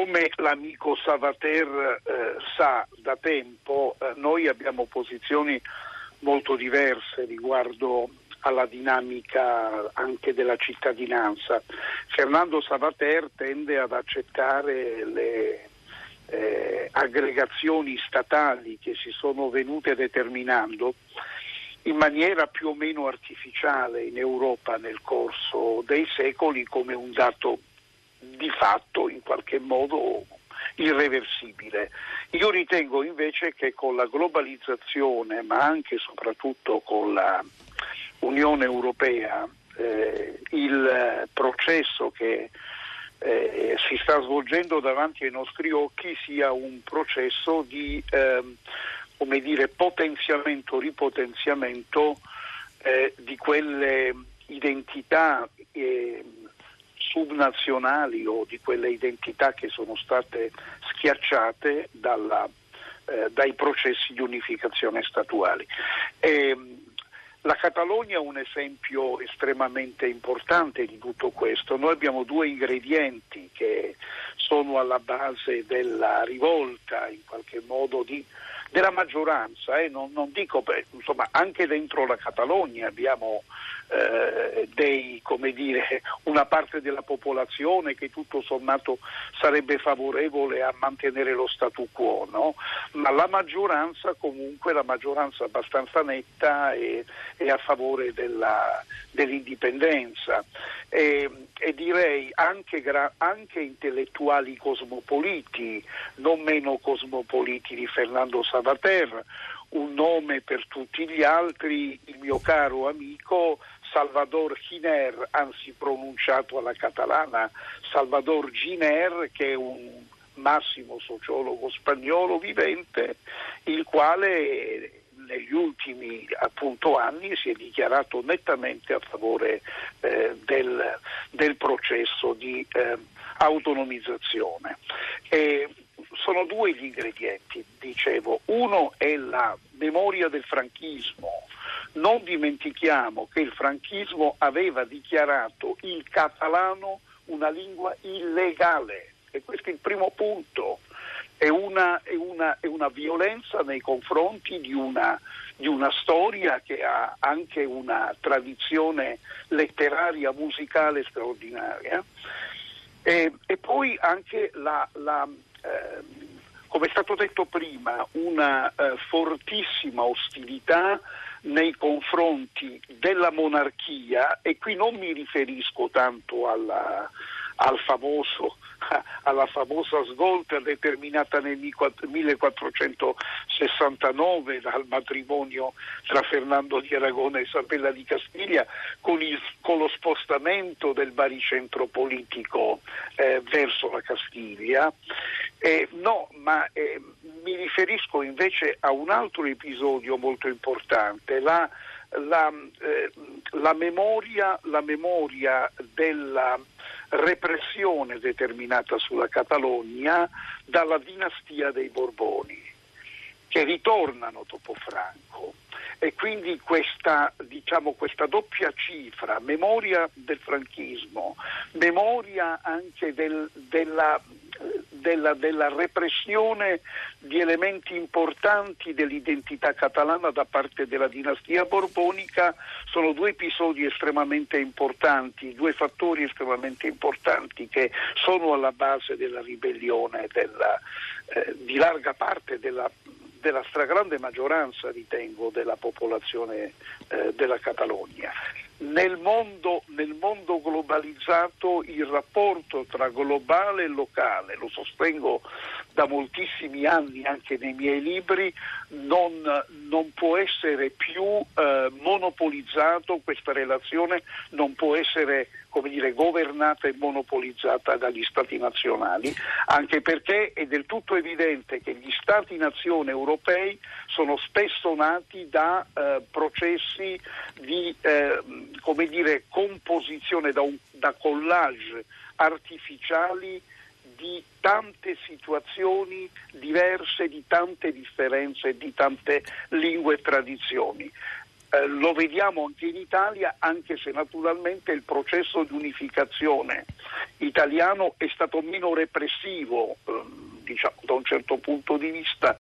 Come l'amico Savater sa da tempo, noi abbiamo posizioni molto diverse riguardo alla dinamica anche della cittadinanza. Fernando Savater tende ad accettare le aggregazioni statali che si sono venute determinando in maniera più o meno artificiale in Europa nel corso dei secoli come un dato di fatto in qualche modo irreversibile. Io ritengo invece che con la globalizzazione, ma anche e soprattutto con la Unione Europea, il processo che si sta svolgendo davanti ai nostri occhi sia un processo di potenziamento, ripotenziamento di quelle identità subnazionali o di quelle identità che sono state schiacciate dai processi di unificazione statuali. La Catalogna è un esempio estremamente importante di tutto questo. Noi abbiamo due ingredienti che sono alla base della rivolta, in qualche modo, della maggioranza. Non dico, insomma, anche dentro la Catalogna abbiamo una parte della popolazione che tutto sommato sarebbe favorevole a mantenere lo statu quo, no? Ma la maggioranza comunque, la maggioranza abbastanza netta è a favore dell'indipendenza e direi anche intellettuali cosmopoliti, non meno cosmopoliti di Fernando Savater, un nome per tutti gli altri, il mio caro amico Salvador Giner, anzi pronunciato alla catalana Salvador Giner, che è un massimo sociologo spagnolo vivente, il quale negli ultimi anni si è dichiarato nettamente a favore del processo di autonomizzazione. Sono due gli ingredienti, dicevo. Uno è la memoria del franchismo. Non dimentichiamo che il franchismo aveva dichiarato il catalano una lingua illegale, e questo è il primo punto. È una violenza nei confronti di una storia che ha anche una tradizione letteraria, musicale straordinaria. E poi anche come è stato detto prima, una fortissima ostilità nei confronti della monarchia, e qui non mi riferisco tanto alla famosa svolta determinata nel 1469 dal matrimonio tra Fernando di Aragona e Isabella di Castiglia con lo spostamento del baricentro politico verso la Castiglia. Mi riferisco invece a un altro episodio molto importante, la memoria della repressione determinata sulla Catalogna dalla dinastia dei Borboni, che ritornano dopo Franco, e quindi questa doppia cifra, memoria del franchismo, memoria anche della repressione di elementi importanti dell'identità catalana da parte della dinastia borbonica, sono due episodi estremamente importanti, due fattori estremamente importanti che sono alla base della ribellione di larga parte della stragrande maggioranza, ritengo, della popolazione della Catalogna. Nel mondo globalizzato il rapporto tra globale e locale, lo sostengo da moltissimi anni anche nei miei libri, non può essere più monopolizzato, questa relazione non può essere governata e monopolizzata dagli stati nazionali, anche perché è del tutto evidente che gli stati-nazione europei sono spesso nati da processi di composizione, da collage artificiali di tante situazioni diverse, di tante differenze, di tante lingue e tradizioni. Lo vediamo anche in Italia, anche se naturalmente il processo di unificazione italiano è stato meno repressivo, diciamo, da un certo punto di vista